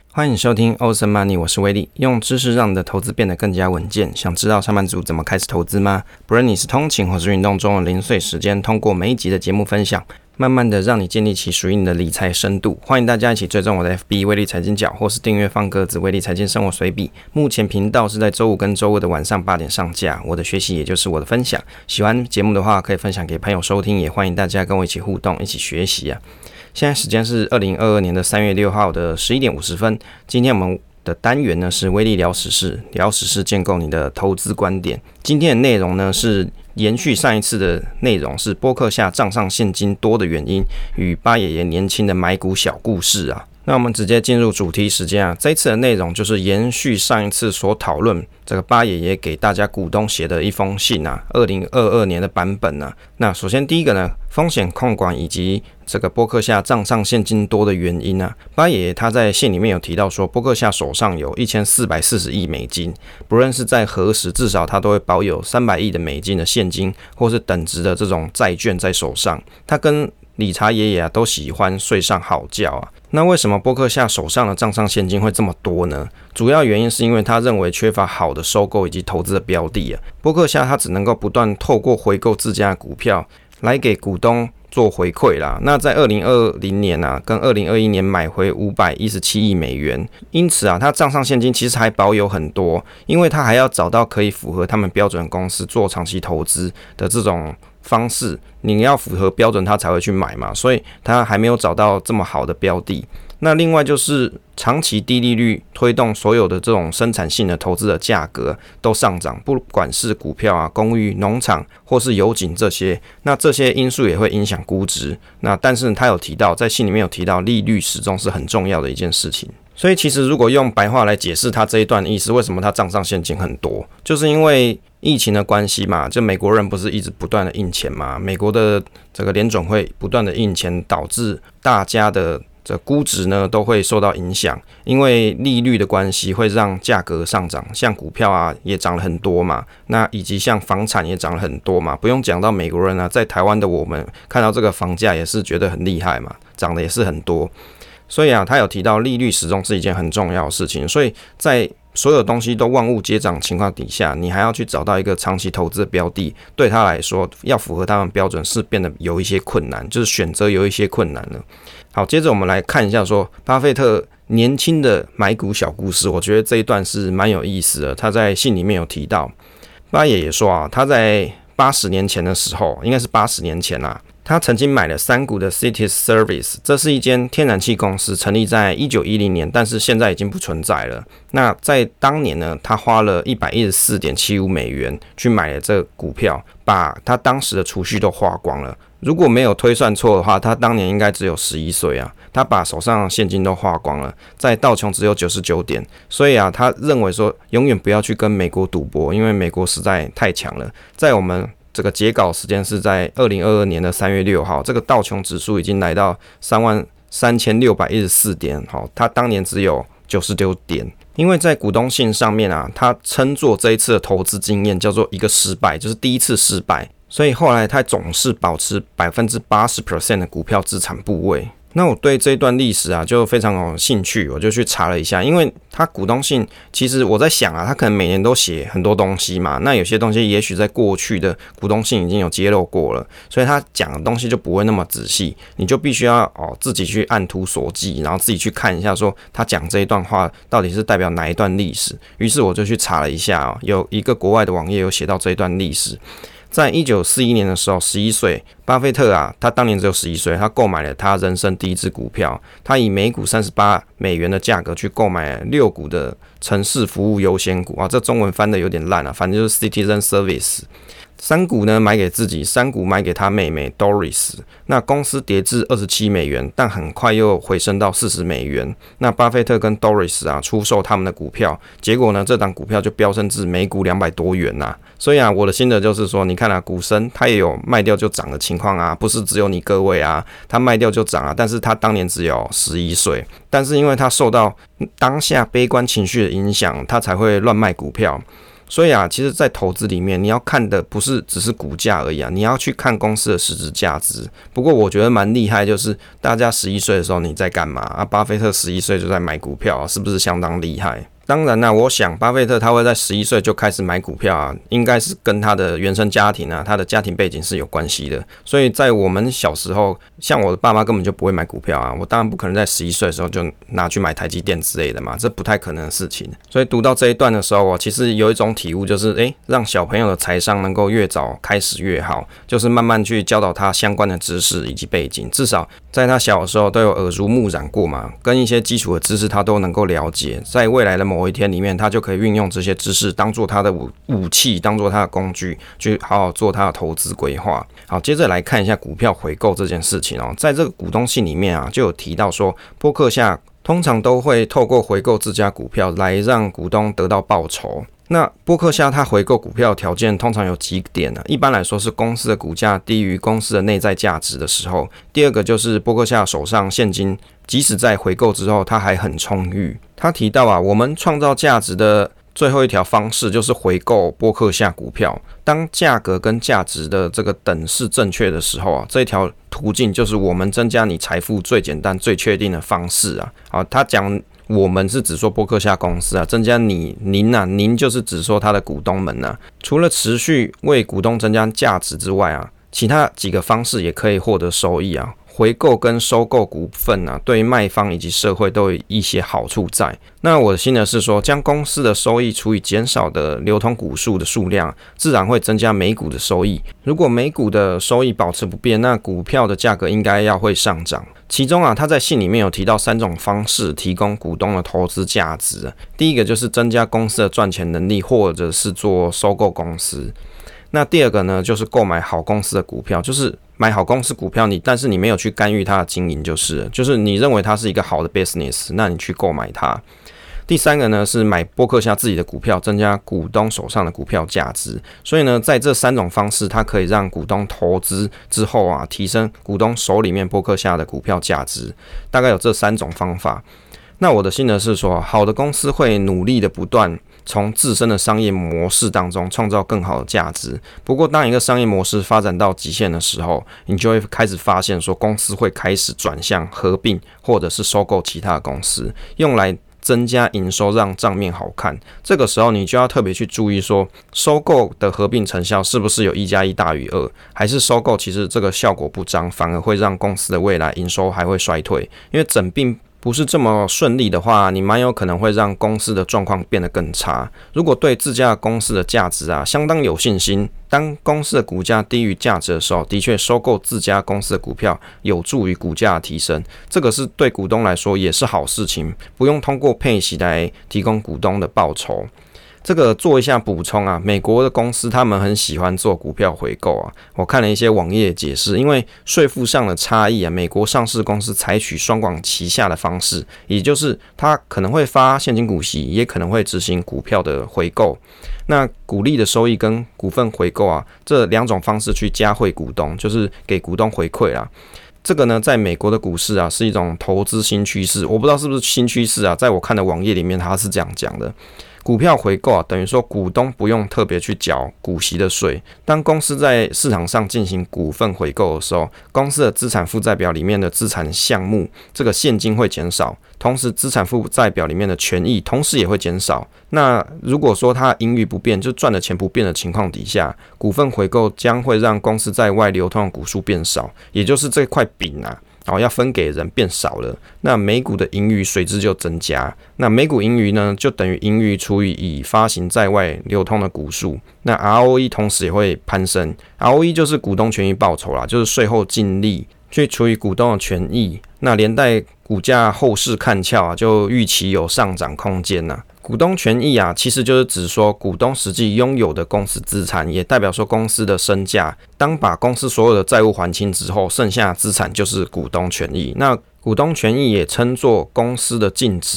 欢迎收听 Awesome Money， 我是威利，用知识让你的投资变得更加稳健。想知道上班族怎么开始投资吗？不论你是通勤或是运动中的零碎时间，通过每一集的节目分享，慢慢的让你建立起属于你的理财深度。欢迎大家一起追踪我的 FB 威利财经角，或是订阅放鸽子威利财经生活随笔。目前频道是在周五跟周二的晚上8点上架。我的学习也就是我的分享，喜欢节目的话可以分享给朋友收听，也欢迎大家跟我一起互动，一起学习啊。现在时间是2022年的3月6号的11点50分。今天我们的单元呢是威利聊时事，聊时事建构你的投资观点。今天的内容呢是延续上一次的内容，是波克夏账上现金多的原因与巴爷爷年轻的买股小故事啊。那我们直接进入主题时间啊，这一次的内容就是延续上一次所讨论这个巴爷爷给大家股东写的一封信啊，2022年的版本啊。那首先第一个呢，风险控管以及这个波克夏账上现金多的原因啊，巴爷爷他在信里面有提到说，波克夏手上有1440亿美金，不论是在何时，至少他都会保有300亿的美金的现金或是等值的这种债券在手上。他跟理查爷爷都喜欢睡上好觉啊。那为什么波克夏手上的账上现金会这么多呢？主要原因是因为他认为缺乏好的收购以及投资的标的啊。波克夏他只能够不断透过回购自家的股票来给股东做回馈啦。那在2020年啊，跟2021年买回517亿美元，因此啊，他账上现金其实还保有很多，因为他还要找到可以符合他们标准公司做长期投资的这种方式，你要符合标准他才会去买嘛，所以他还没有找到这么好的标的。那另外就是长期低利率推动所有的这种生产性的投资的价格都上涨，不管是股票啊、公寓、农场或是油井这些，那这些因素也会影响估值。那但是他有提到，在信里面有提到，利率始终是很重要的一件事情。所以其实如果用白话来解释他这一段的意思，为什么他账上现金很多，就是因为疫情的关系嘛，就美国人不是一直不断的印钱嘛，美国的这个联准会不断的印钱，导致大家的这估值呢都会受到影响，因为利率的关系会让价格上涨，像股票啊也涨了很多嘛，那以及像房产也涨了很多嘛，不用讲到美国人啊，在台湾的我们看到这个房价也是觉得很厉害嘛，涨的也是很多。所以啊，他有提到利率始终是一件很重要的事情，所以在所有东西都万物皆涨情况底下，你还要去找到一个长期投资的标的，对他来说要符合他们标准是变得有一些困难，就是选择有一些困难了。好，接着我们来看一下说巴菲特年轻的买股小故事，我觉得这一段是蛮有意思的。他在信里面有提到，巴爷也说啊，他在80年前的时候，应该是80年前啊，他曾经买了3股的 Cities Service， 这是一间天然气公司，成立在1910年，但是现在已经不存在了。那在当年呢，他花了114.75美元去买了这个股票，把他当时的储蓄都花光了。如果没有推算错的话，他当年应该只有11岁啊，他把手上的现金都花光了，在道琼只有99点，所以啊，他认为说永远不要去跟美国赌博，因为美国实在太强了。在我们这个截稿时间是在2022年的3月6号，这个道琼指数已经来到33614点，好，他当年只有96点。因为在股东信上面啊，他称作这一次的投资经验叫做一个失败，就是第一次失败，所以后来他总是保持 80% 的股票资产部位。那我对这一段历史啊就非常有兴趣，我就去查了一下，因为他股东信其实我在想啊，他可能每年都写很多东西嘛，那有些东西也许在过去的股东信已经有揭露过了，所以他讲的东西就不会那么仔细，你就必须要自己去按图索骥，然后自己去看一下说他讲这一段话到底是代表哪一段历史。于是我就去查了一下有一个国外的网页有写到这一段历史。在1941年的时候，11岁，巴菲特啊，他当年只有11岁，他购买了他人生第一支股票，他以每股38美元的价格去购买了6股的城市服务优先股啊，这中文翻的有点烂啊，反正就是 Citizen Service。3股呢买给自己，3股买给他妹妹 Doris。那公司跌至27美元，但很快又回升到40美元。那巴菲特跟 Doris 啊出售他们的股票，结果呢这档股票就飙升至每股200多元呐。所以啊，我的心得就是说，你看啊，股神他也有卖掉就涨的情况啊，不是只有你各位啊，他卖掉就涨啊。但是他当年只有11岁，但是因为他受到当下悲观情绪的影响，他才会乱卖股票。 所以啊，其实在投资里面，你要看的不是只是股价而已啊，你要去看公司的实质价值。不过我觉得蛮厉害，就是大家11岁的时候你在干嘛啊？巴菲特11岁就在买股票啊，是不是相当厉害？当然啦，我想巴菲特他会在11岁就开始买股票啊，应该是跟他的原生家庭啊，他的家庭背景是有关系的。所以在我们小时候，像我的爸妈根本就不会买股票啊，我当然不可能在11岁的时候就拿去买台积电之类的嘛，这不太可能的事情。所以读到这一段的时候，我其实有一种体悟，就是让小朋友的财商能够越早开始越好，就是慢慢去教导他相关的知识以及背景，至少在他小的时候都有耳濡目染过嘛，跟一些基础的知识他都能够了解，在未来的某一天里面，他就可以运用这些知识当做他的武器，当做他的工具，去好好做他的投资规划。好，接着来看一下股票回购这件事情哦，在这个股东信里面啊，就有提到说，波克夏通常都会透过回购自家股票来让股东得到报酬。那波克夏他回购股票的条件通常有几点呢？一般来说是公司的股价低于公司的内在价值的时候，第二个就是波克夏手上现金即使在回购之后它还很充裕。他提到啊，我们创造价值的最后一条方式就是回购波克夏股票。当价格跟价值的这个等式正确的时候啊，这条途径就是我们增加你财富最简单最确定的方式啊。好，他讲我们是指说波克夏公司啊，增加您就是指说他的股东们啊。除了持续为股东增加价值之外啊，其他几个方式也可以获得收益啊。回购跟收购股份啊，对卖方以及社会都有一些好处在。那我的心得是说，将公司的收益除以减少的流通股数的数量，自然会增加每股的收益。如果每股的收益保持不变，那股票的价格应该要会上涨。其中啊，他在信里面有提到3种方式提供股东的投资价值。第一个就是增加公司的赚钱能力，或者是做收购公司。那第二个呢，就是购买好公司的股票，就是买好公司股票但是你没有去干预它的经营，就是你认为它是一个好的 business， 那你去购买它。第三个呢是买波克夏自己的股票，增加股东手上的股票价值。所以呢，在这3种方式，它可以让股东投资之后啊，提升股东手里面波克夏的股票价值。大概有这3种方法。那我的心得是说，好的公司会努力的不断从自身的商业模式当中创造更好的价值。不过，当一个商业模式发展到极限的时候，你就会开始发现说，公司会开始转向合并或者是收购其他的公司，用来增加营收，让账面好看。这个时候你就要特别去注意说，收购的合并成效是不是有1+1大于2，还是收购其实这个效果不彰，反而会让公司的未来营收还会衰退。因为整并不是这么顺利的话，你蛮有可能会让公司的状况变得更差。如果对自家公司的价值啊相当有信心，当公司的股价低于价值的时候，的确收购自家公司的股票有助于股价的提升，这个是对股东来说也是好事情，不用通过配息来提供股东的报酬。这个做一下补充啊，美国的公司他们很喜欢做股票回购啊。我看了一些网页解释，因为税负上的差异啊，美国上市公司采取双管齐下的方式，也就是它可能会发现金股息，也可能会执行股票的回购。那股利的收益跟股份回购啊，这2种方式去加惠股东，就是给股东回馈啦。这个呢，在美国的股市啊，是一种投资新趋势。我不知道是不是新趋势啊，在我看的网页里面，它是这样讲的。股票回购啊，等于说股东不用特别去缴股息的税。当公司在市场上进行股份回购的时候，公司的资产负债表里面的资产项目，这个现金会减少，同时资产负债表里面的权益同时也会减少。那如果说它盈余不变，就赚的钱不变的情况底下，股份回购将会让公司在外流通的股数变少，也就是这块饼啊，要分给人变少了，那每股的盈余随之就增加。那每股盈余呢，就等于盈余除以已发行在外流通的股数。那 ROE 同时也会攀升。ROE 就是股东权益报酬啦，就是税后净利去除以股东的权益。那连带股价后市看俏啊，就预期有上涨空间呐。股东权益啊，其实就是指说股东实际拥有的公司资产，也代表说公司的身价。当把公司所有的债务还清之后，剩下的资产就是股东权益。那股东权益也称作公司的净值啊。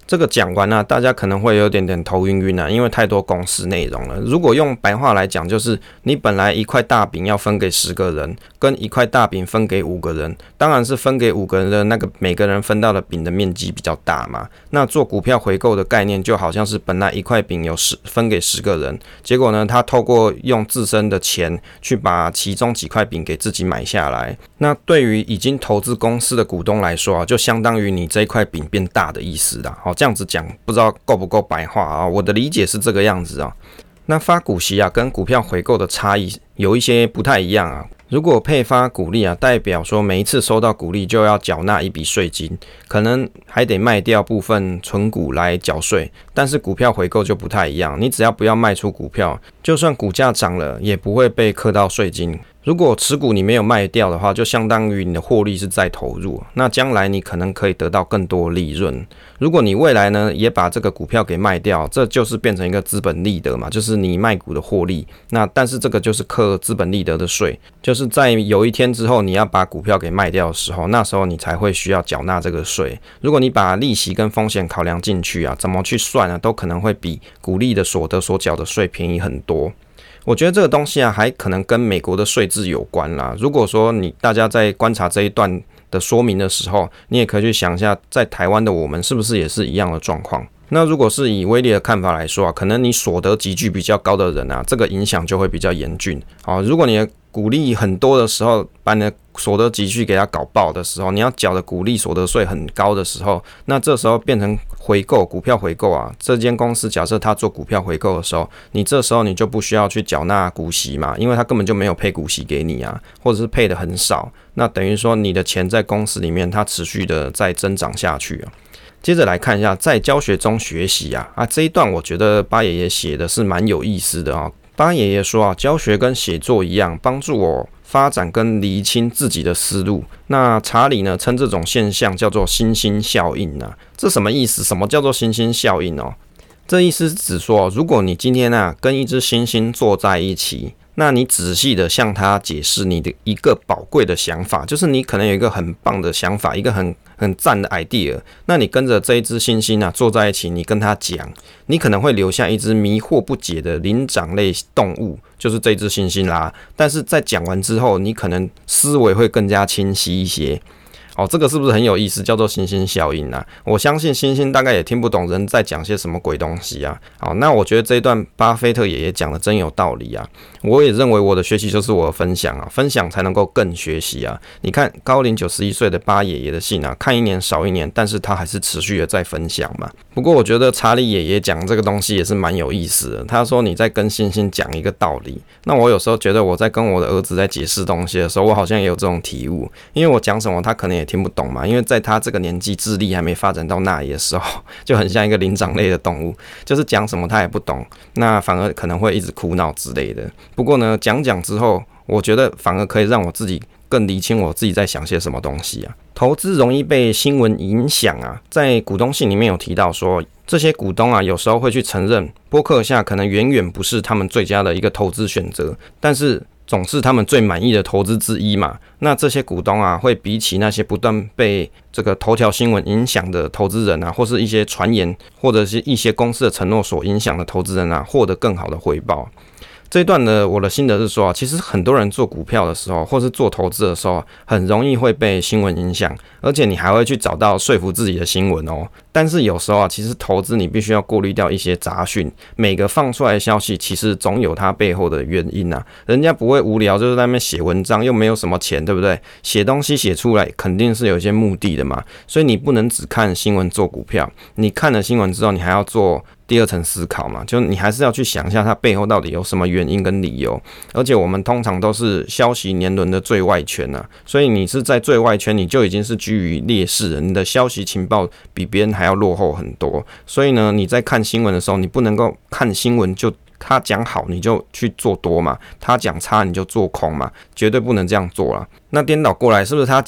这个讲完大家可能会有点头晕晕因为太多公式内容了。如果用白话来讲，就是你本来一块大饼要分给10个人，跟一块大饼分给5个人，当然是分给5个人的那个每个人分到的饼的面积比较大嘛。那做股票回购的概念就好像是本来一块饼有分给10个人，结果呢，他透过用自身的钱去把其中几块饼给自己买下来。那对于已经投资公司的股东来说就相当于你这一块饼变大的意思啦。这样子讲不知道够不够白话我的理解是这个样子那发股息跟股票回购的差异有一些不太一样如果配发股利代表说每一次收到股利就要缴纳一笔税金，可能还得卖掉部分存股来缴税。但是股票回购就不太一样，你只要不要卖出股票，就算股价涨了也不会被课到税金。如果持股你没有卖掉的话，就相当于你的获利是再投入，那将来你可能可以得到更多利润。如果你未来呢也把这个股票给卖掉，这就是变成一个资本利得嘛，就是你卖股的获利。那但是这个就是课资本利得的税，就是在有一天之后你要把股票给卖掉的时候，那时候你才会需要缴纳这个税。如果你把利息跟风险考量进去怎么去算都可能会比股利的所得所缴的税便宜很多。我觉得这个东西还可能跟美国的税制有关啦。如果说大家在观察这一段的说明的时候，你也可以去想一下，在台湾的我们是不是也是一样的状况。那如果是以威利的看法来说可能你所得集聚比较高的人这个影响就会比较严峻。如果你的股利很多的时候，把你的所得集聚给它搞爆的时候，你要缴的股利所得税很高的时候，那这时候变成回购股票回购这间公司假设它做股票回购的时候，你这时候你就不需要去缴纳股息嘛，因为它根本就没有配股息给你或者是配的很少，那等于说你的钱在公司里面它持续的在增长下去接着来看一下在教学中学习这一段我觉得巴爷爷写的是蛮有意思的巴爷爷说教学跟写作一样，帮助我发展跟厘清自己的思路。那查理呢称这种现象叫做星星效应这什么意思？什么叫做星星效应这意思是指说，如果你今天跟一只猩猩坐在一起，那你仔细的向他解释你的一个宝贵的想法，就是你可能有一个很棒的想法，一个很赞的 idea， 那你跟着这一只猩猩坐在一起，你跟他讲，你可能会留下一只迷惑不解的灵长类动物，就是这只猩猩啦。但是在讲完之后，你可能思维会更加清晰一些。这个是不是很有意思？叫做星星效应我相信星星大概也听不懂人在讲些什么鬼东西好，那我觉得这一段巴菲特爷爷讲的真有道理我也认为我的学习就是我的分享分享才能够更学习你看高龄91岁的巴爷爷的信看一年少一年，但是他还是持续的在分享嘛。不过我觉得查理爷爷讲这个东西也是蛮有意思的。他说你在跟星星讲一个道理，那我有时候觉得我在跟我的儿子在解释东西的时候，我好像也有这种体悟，因为我讲什么他可能也听不懂嘛，因为在他这个年纪智力还没发展到那里的时候，就很像一个灵长类的动物，就是讲什么他也不懂，那反而可能会一直哭闹之类的。不过呢，讲之后，我觉得反而可以让我自己更厘清我自己在想些什么东西投资容易被新闻影响在股东信里面有提到说，这些股东有时候会去承认波克夏可能远远不是他们最佳的一个投资选择，但是总是他们最满意的投资之一嘛。那这些股东会比起那些不断被这个头条新闻影响的投资人或是一些传言或者是一些公司的承诺所影响的投资人获得更好的回报。这一段呢，我的心得是说其实很多人做股票的时候，或是做投资的时候，很容易会被新闻影响，而且你还会去找到说服自己的新闻但是有时候其实投资你必须要过滤掉一些杂讯，每个放出来的消息其实总有它背后的原因人家不会无聊就是在那边写文章，又没有什么钱，对不对？写东西写出来肯定是有一些目的的嘛，所以你不能只看新闻做股票，你看了新闻之后，你还要做第二层思考嘛，就你还是要去想一下它背后到底有什么原因跟理由。而且我们通常都是消息年轮的最外圈所以你是在最外圈，你就已经是居于劣势了，你的消息情报比别人还要落后很多。所以呢，你在看新闻的时候，你不能够看新闻就他讲好你就去做多嘛，他讲差你就做空嘛，绝对不能这样做啦。那颠倒过来，是不是他讲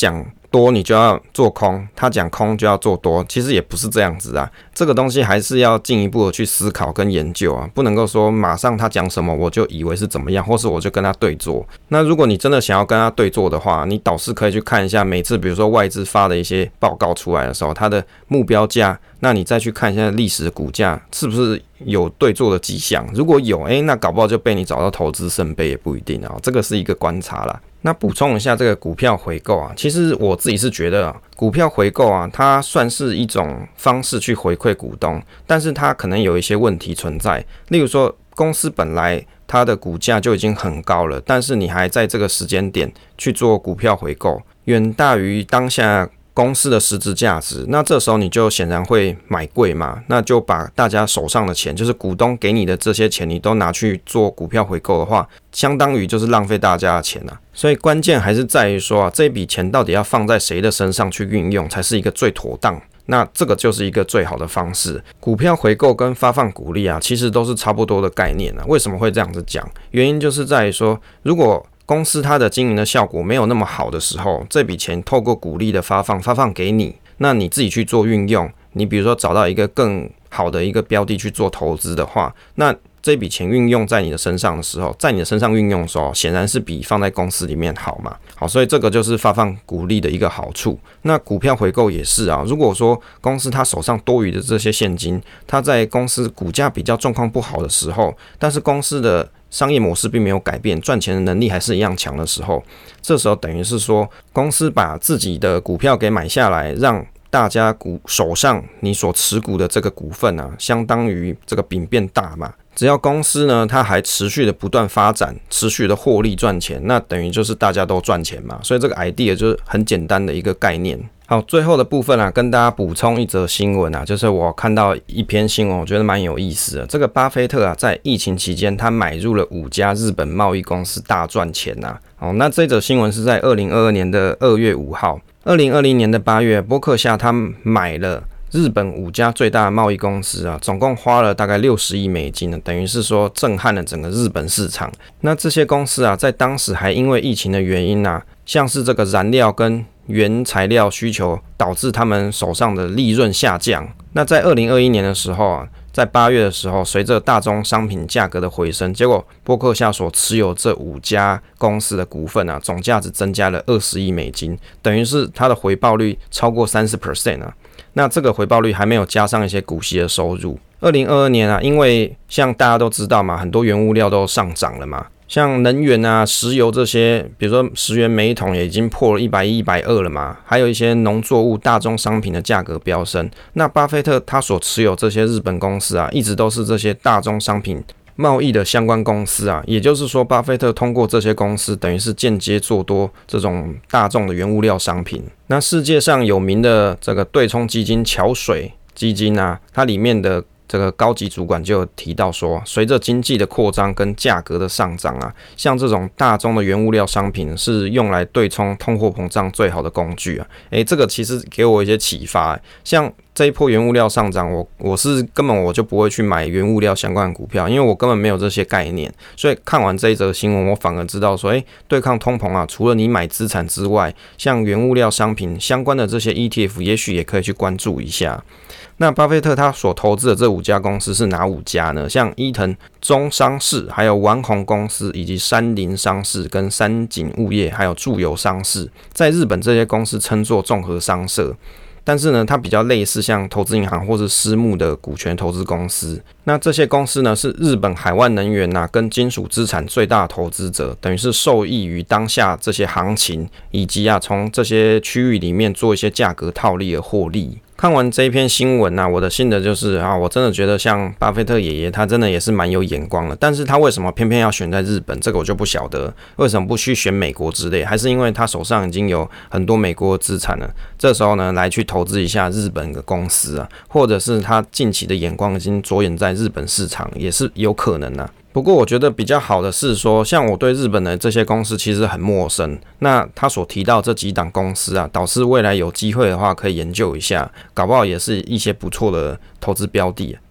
多你就要做空，他讲空就要做多，其实也不是这样子啊。这个东西还是要进一步的去思考跟研究啊，不能够说马上他讲什么我就以为是怎么样，或是我就跟他对做。那如果你真的想要跟他对做的话，你倒是可以去看一下每次比如说外资发的一些报告出来的时候，它的目标价，那你再去看一下历史的股价是不是有对做的迹象。如果有，那搞不好就被你找到投资圣杯也不一定啊，这个是一个观察啦。那补充一下这个股票回购啊，其实我自己是觉得股票回购啊，它算是一种方式去回馈股东，但是它可能有一些问题存在。例如说，公司本来它的股价就已经很高了，但是你还在这个时间点去做股票回购，远大于当下公司的实质价值，那这时候你就显然会买贵嘛，那就把大家手上的钱，就是股东给你的这些钱，你都拿去做股票回购的话，相当于就是浪费大家的钱啊。所以关键还是在于说这笔钱到底要放在谁的身上去运用，才是一个最妥当。那这个就是一个最好的方式。股票回购跟发放股利啊，其实都是差不多的概念啊。为什么会这样子讲？原因就是在于说，如果公司它的经营的效果没有那么好的时候，这笔钱透过股利的发放给你，那你自己去做运用，你比如说找到一个更好的一个标的去做投资的话，那这笔钱运用在你的身上的时候，在你的身上运用的时候，显然是比放在公司里面好嘛。好，所以这个就是发放股利的一个好处。那股票回购也是啊，如果说公司它手上多余的这些现金，它在公司股价比较状况不好的时候，但是公司的商业模式并没有改变，赚钱的能力还是一样强的时候，这时候等于是说，公司把自己的股票给买下来，让大家手上你所持股的这个股份啊，相当于这个饼变大嘛。只要公司呢，它还持续的不断发展，持续的获利赚钱，那等于就是大家都赚钱嘛。所以这个 idea 就是很简单的一个概念。好，最后的部分啊，跟大家补充一则新闻啊，就是我看到一篇新闻，我觉得蛮有意思的。这个巴菲特啊，在疫情期间，他买入了5家日本贸易公司，大赚钱啊。好，那这则新闻是在2022年的2月5号，2020年的8月，波克夏他买了日本5家最大的贸易公司啊，总共花了大概60亿美金呢，等于是说震撼了整个日本市场。那这些公司啊，在当时还因为疫情的原因啊，像是这个燃料跟原材料需求导致他们手上的利润下降。那在2021年的时候啊，在8月的时候，随着大宗商品价格的回升，结果波克夏所持有这5家公司的股份啊，总价值增加了20亿美金，等于是它的回报率超过 30% 啊。那这个回报率还没有加上一些股息的收入。2022年啊，因为像大家都知道嘛，很多原物料都上涨了嘛，像能源啊、石油这些，比如说10元每一桶也已经破了110、120了嘛，还有一些农作物、大宗商品的价格飙升。那巴菲特他所持有这些日本公司啊，一直都是这些大宗商品贸易的相关公司啊，也就是说，巴菲特通过这些公司，等于是间接做多这种大众的原物料商品。那世界上有名的这个对冲基金桥水基金啊，它里面的这个高级主管就有提到说，随着经济的扩张跟价格的上涨啊，像这种大宗的原物料商品是用来对冲通货膨胀最好的工具啊。这个其实给我一些启发。像这一波原物料上涨，我是根本我就不会去买原物料相关的股票，因为我根本没有这些概念。所以看完这一则新闻，我反而知道说，对抗通膨啊，除了你买资产之外，像原物料商品相关的这些 ETF， 也许也可以去关注一下。那巴菲特他所投资的这5家公司是哪5家呢？像伊藤忠商事、还有丸红公司，以及山林商事、跟三井物业，还有住友商事，在日本这些公司称作综合商社。但是呢，它比较类似像投资银行或是私募的股权投资公司。那这些公司呢，是日本海外能源跟金属资产最大的投资者，等于是受益于当下这些行情，以及从这些区域里面做一些价格套利而获利。看完这一篇新闻我的心得就是我真的觉得像巴菲特爷爷他真的也是蛮有眼光的，但是他为什么偏偏要选在日本，这个我就不晓得。为什么不去选美国之类，还是因为他手上已经有很多美国的资产了，这时候呢来去投资一下日本的公司或者是他近期的眼光已经着眼在日本市场，也是有可能不过我觉得比较好的是说，像我对日本的这些公司其实很陌生，那他所提到这几档公司导致未来有机会的话可以研究一下，搞不好也是一些不错的投资标的。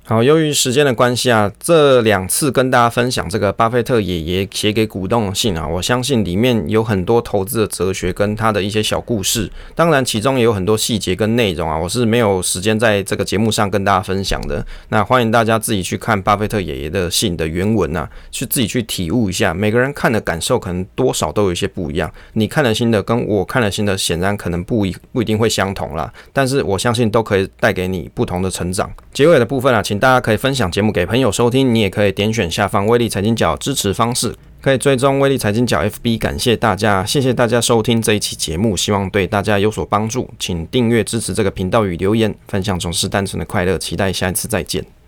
好，由于时间的关系啊，这2次跟大家分享这个巴菲特爷爷写给股东的信啊，我相信里面有很多投资的哲学跟他的一些小故事，当然其中也有很多细节跟内容啊，我是没有时间在这个节目上跟大家分享的。那欢迎大家自己去看巴菲特爷爷的信的原文啊，去自己去体悟一下，每个人看的感受可能多少都有一些不一样。你看了新的跟我看了新的，显然可能不一定会相同啦，但是我相信都可以带给你不同的成长。结尾的部分啊，请大家可以分享节目给朋友收听，你也可以点选下方威力财经角支持方式，可以追踪威力财经角 FB。感谢大家，谢谢大家收听这一期节目，希望对大家有所帮助，请订阅支持这个频道与留言，分享总是单纯的快乐，期待下一次再见。